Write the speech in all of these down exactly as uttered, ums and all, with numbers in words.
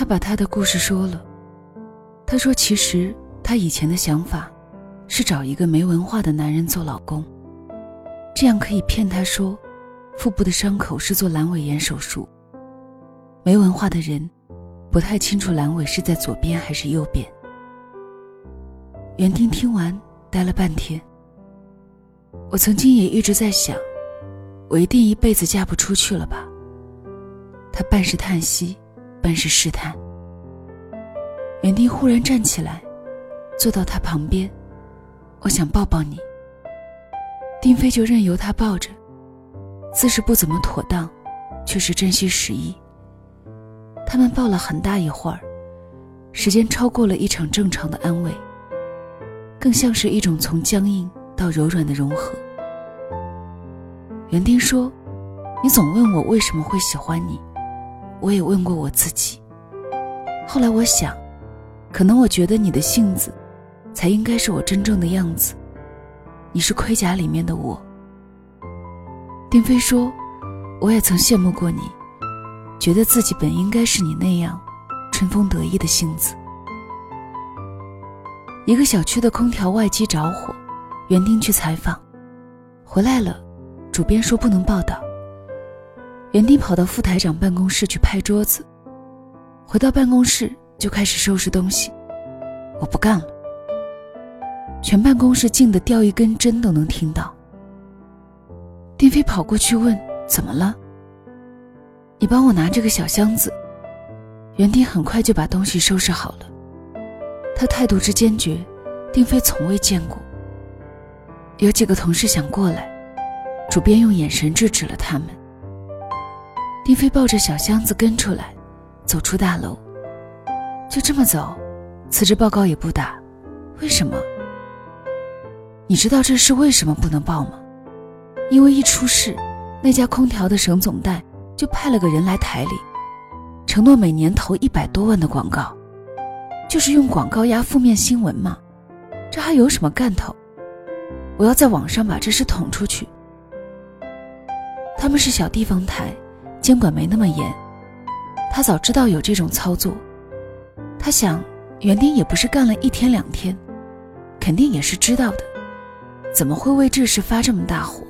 他把他的故事说了。他说其实他以前的想法是找一个没文化的男人做老公，这样可以骗他说腹部的伤口是做阑尾炎手术。没文化的人不太清楚阑尾是在左边还是右边。园丁听完呆了半天。我曾经也一直在想，我一定一辈子嫁不出去了吧。他半是叹息，半是试探。园丁忽然站起来，坐到他旁边，我想抱抱你。丁飞就任由他抱着，姿势不怎么妥当，却是真心实意。他们抱了很大一会儿，时间超过了一场正常的安慰，更像是一种从僵硬到柔软的融合。园丁说，你总问我为什么会喜欢你，我也问过我自己。后来我想，可能我觉得你的性子才应该是我真正的样子，你是盔甲里面的我。丁飞说，我也曾羡慕过你，觉得自己本应该是你那样春风得意的性子。一个小区的空调外机着火，园丁去采访，回来了，主编说不能报道。园丁跑到副台长办公室去拍桌子，回到办公室就开始收拾东西。我不干了。全办公室静得掉一根针都能听到。丁飞跑过去问，怎么了？你帮我拿这个小箱子。园丁很快就把东西收拾好了。他态度之坚决，丁飞从未见过。有几个同事想过来，主编用眼神制止了他们。丁飞抱着小箱子跟出来，走出大楼。就这么走，辞职报告也不打，为什么？你知道这事为什么不能报吗？因为一出事，那家空调的省总代就派了个人来台里，承诺每年投一百多万的广告，就是用广告压负面新闻嘛，这还有什么干头？我要在网上把这事捅出去。他们是小地方台，监管没那么严，他早知道有这种操作。他想，园丁也不是干了一天两天，肯定也是知道的，怎么会为这事发这么大火？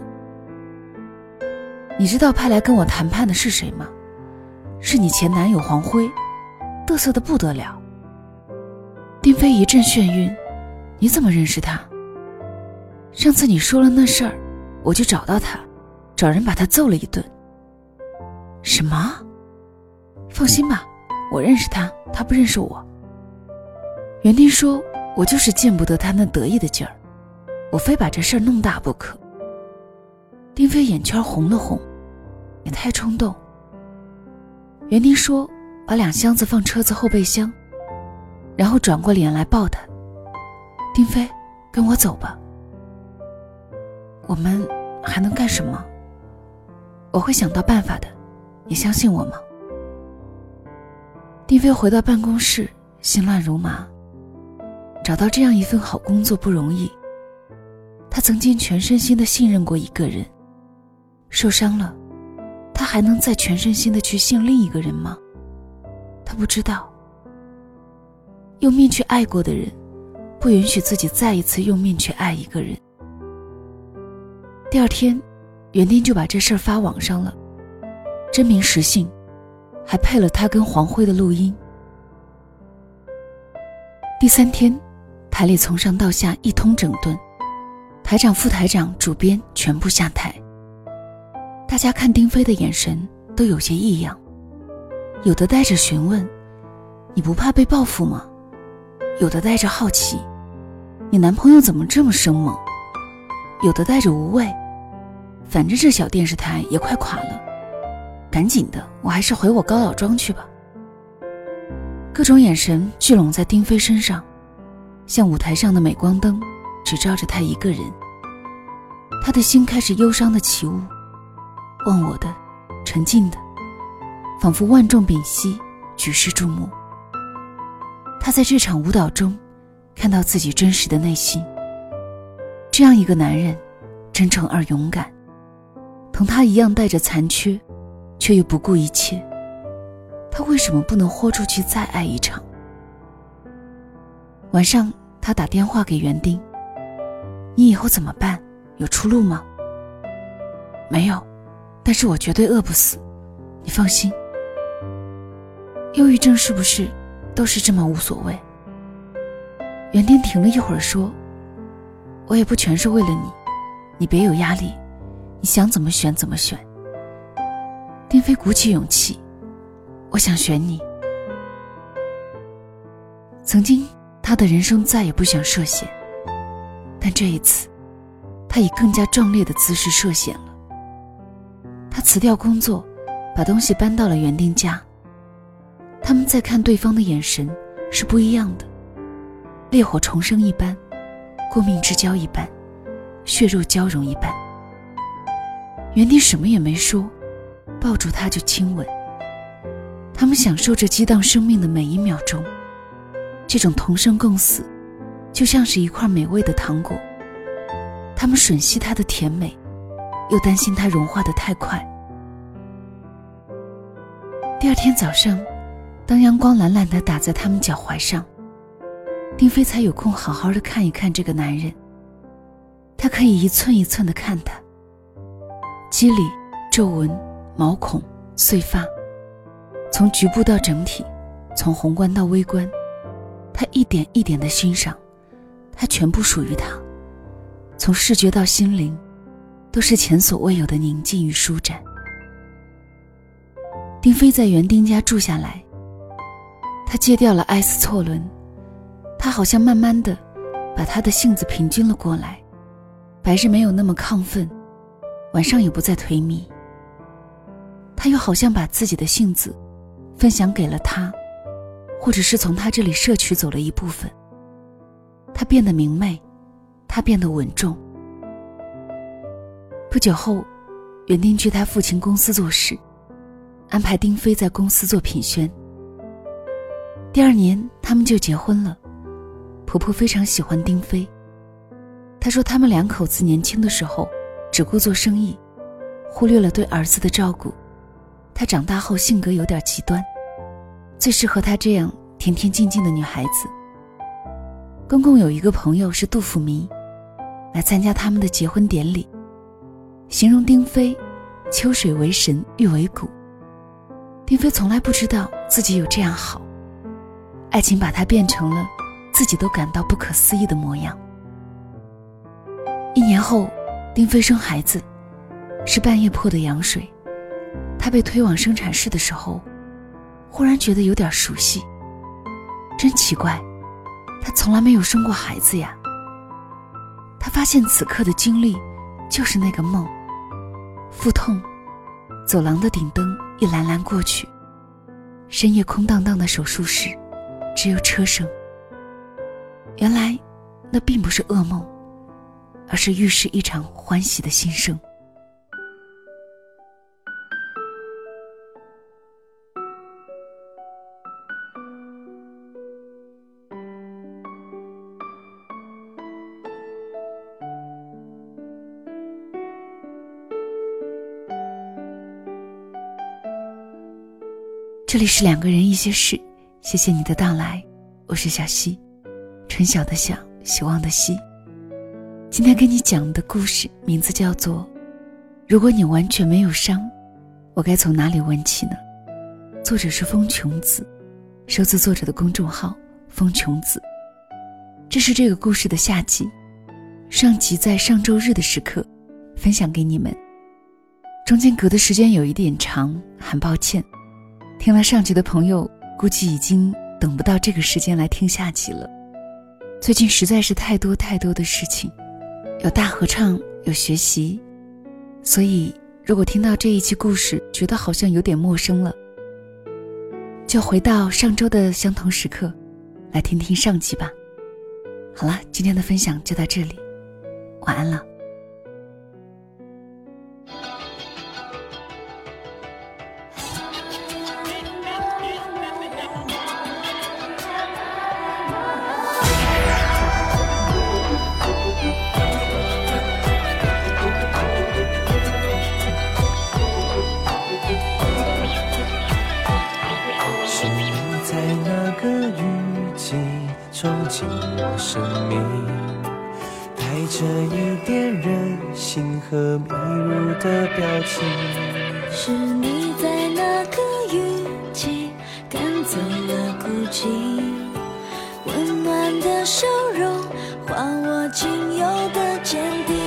你知道派来跟我谈判的是谁吗？是你前男友黄辉，嘚瑟得不得了。丁飞一阵眩晕，你怎么认识他？上次你说了那事儿，我就找到他，找人把他揍了一顿。什么？放心吧，我认识他，他不认识我。园丁说，我就是见不得他那得意的劲儿，我非把这事儿弄大不可。丁飞眼圈红了红，也太冲动。园丁说，把两箱子放车子后备箱，然后转过脸来抱他。丁飞，跟我走吧。我们还能干什么？我会想到办法的，你相信我吗？丁飞回到办公室，心乱如麻。找到这样一份好工作不容易，他曾经全身心地信任过一个人，受伤了，他还能再全身心地去信另一个人吗？他不知道。用命去爱过的人，不允许自己再一次用命去爱一个人。第二天，园丁就把这事儿发网上了，真名实姓，还配了他跟黄辉的录音。第三天，台里从上到下一通整顿，台长、副台长、主编全部下台。大家看丁飞的眼神都有些异样，有的带着询问，你不怕被报复吗？有的带着好奇，你男朋友怎么这么生猛？有的带着无畏，反正这小电视台也快垮了，赶紧的，我还是回我高老庄去吧。各种眼神聚拢在丁飞身上，像舞台上的镁光灯，只照着他一个人。他的心开始忧伤的起舞，忘我的，沉静的，仿佛万众屏息，举世注目。他在这场舞蹈中看到自己真实的内心。这样一个男人，真诚而勇敢，同他一样带着残缺，却又不顾一切。 他为什么不能豁出去再爱一场？晚上他打电话给园丁，你以后怎么办？有出路吗？没有，但是我绝对饿不死，你放心。忧郁症是不是都是这么无所谓？园丁停了一会儿说，我也不全是为了你，你别有压力，你想怎么选怎么选。丁飞鼓起勇气，我想选你。曾经他的人生再也不想涉险，但这一次他以更加壮烈的姿势涉险了。他辞掉工作，把东西搬到了园丁家。他们在看对方的眼神是不一样的，烈火重生一般，过命之交一般，血肉交融一般。园丁什么也没说，抱住他就亲吻。他们享受着激荡生命的每一秒钟，这种同生共死就像是一块美味的糖果。他们吮吸它的甜美，又担心它融化得太快。第二天早上，当阳光懒懒地打在他们脚踝上，丁飞才有空好好地看一看这个男人。他可以一寸一寸地看他，肌理、皱纹、毛孔、碎发，从局部到整体，从宏观到微观，他一点一点地欣赏，他全部属于他。从视觉到心灵，都是前所未有的宁静与舒展。丁飞在园丁家住下来，他戒掉了艾司唑仑，他好像慢慢地把他的性子平均了过来，白日没有那么亢奋，晚上也不再颓靡。他又好像把自己的性子分享给了他，或者是从他这里摄取走了一部分。他变得明媚，他变得稳重。不久后，园丁去他父亲公司做事，安排丁飞在公司做品宣。第二年他们就结婚了。婆婆非常喜欢丁飞，她说他们两口子年轻的时候只顾做生意，忽略了对儿子的照顾。他长大后性格有点极端，最适合他这样甜甜静静的女孩子。公公有一个朋友是杜甫迷，来参加他们的结婚典礼，形容丁飞秋水为神，玉为骨。丁飞从来不知道自己有这样好，爱情把他变成了自己都感到不可思议的模样。一年后，丁飞生孩子，是半夜破的羊水。他被推往生产室的时候，忽然觉得有点熟悉。真奇怪，他从来没有生过孩子呀。他发现此刻的经历就是那个梦。腹痛，走廊的顶灯一蓝蓝过去，深夜空荡荡的手术室，只有车声。原来那并不是噩梦，而是预示一场欢喜的新生。这里是两个人一些事，谢谢你的到来，我是小溪，春晓的晓，希望的希。今天跟你讲的故事名字叫做如果你完全没有伤，我该从哪里问起呢？作者是风琼子，收自作者的公众号风琼子。这是这个故事的下集，上集在上周日的时刻分享给你们，中间隔的时间有一点长，很抱歉。听了上集的朋友估计已经等不到这个时间来听下集了。最近实在是太多太多的事情，有大合唱，有学习，所以如果听到这一期故事觉得好像有点陌生了，就回到上周的相同时刻来听听上集吧。好了，今天的分享就到这里，晚安了。 的生命，带着一点任性和迷路的表情。 是你在那个雨季赶走了孤寂，温暖的笑容换我仅有的坚定。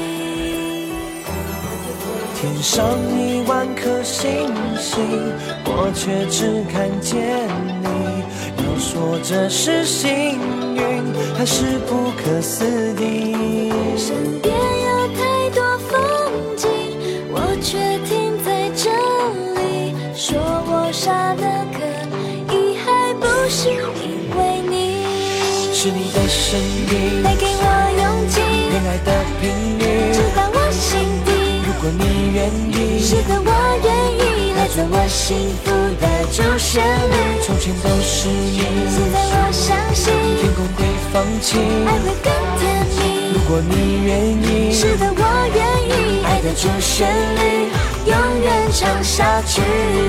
天上一万颗星星，我却只看见你。要说这是幸运，还是不可思议？ 身边有太多风景，我却停在这里。说我傻得可以，还不是因为你。 是你的声音带给我勇气， 恋爱的频率直到我心底。 如果你愿意， 是的，我愿意，来做我幸福的主旋律。 从前都是你， 现在我相信天空会放晴， 爱会更甜蜜。 如果你愿意， 是的，我愿意，爱的主旋律永远唱下去。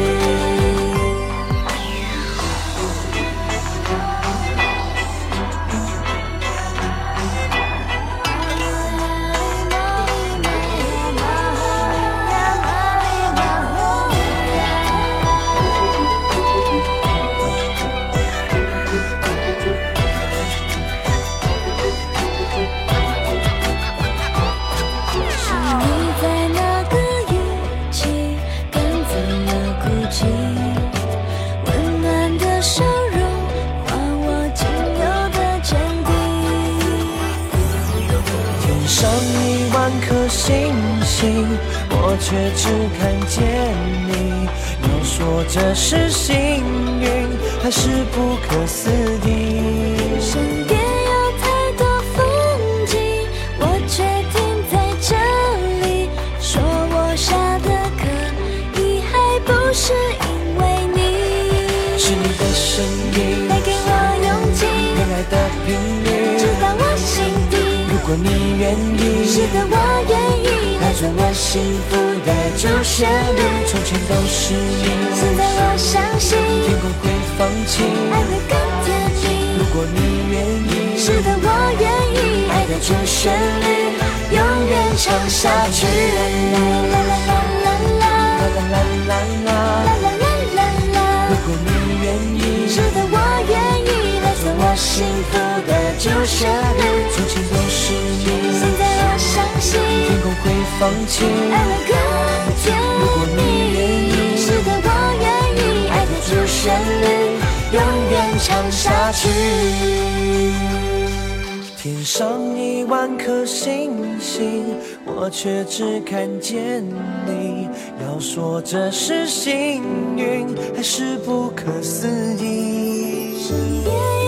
上一万颗星星，我却只看见你。要说这是幸运，还是不可思议？ 身边有太多风景，我却停在这里。说我傻得可以，还不是因为你。 是你的声音带给我勇气， 恋爱的频率直到我心底。 如果你愿意， 是的，我愿意，来做我幸福的主旋律。 从前都是你， 现在我相信天空会放晴， 爱会更甜蜜。 如果你愿意， 是的，我愿意，爱的主旋律永远唱下去。啦啦啦啦啦啦啦啦啦啦啦啦啦啦啦。 如果你愿意， 是的，我愿意，来做我幸福的主旋律。 从前都是你， 现在我相信天空会放晴， 爱会更甜蜜。 如果你愿意， 是的，我愿意，爱的主旋律永远唱下去。 天上一万颗星星，我却只看见你。要说这是幸运，还是不可思议？ 身边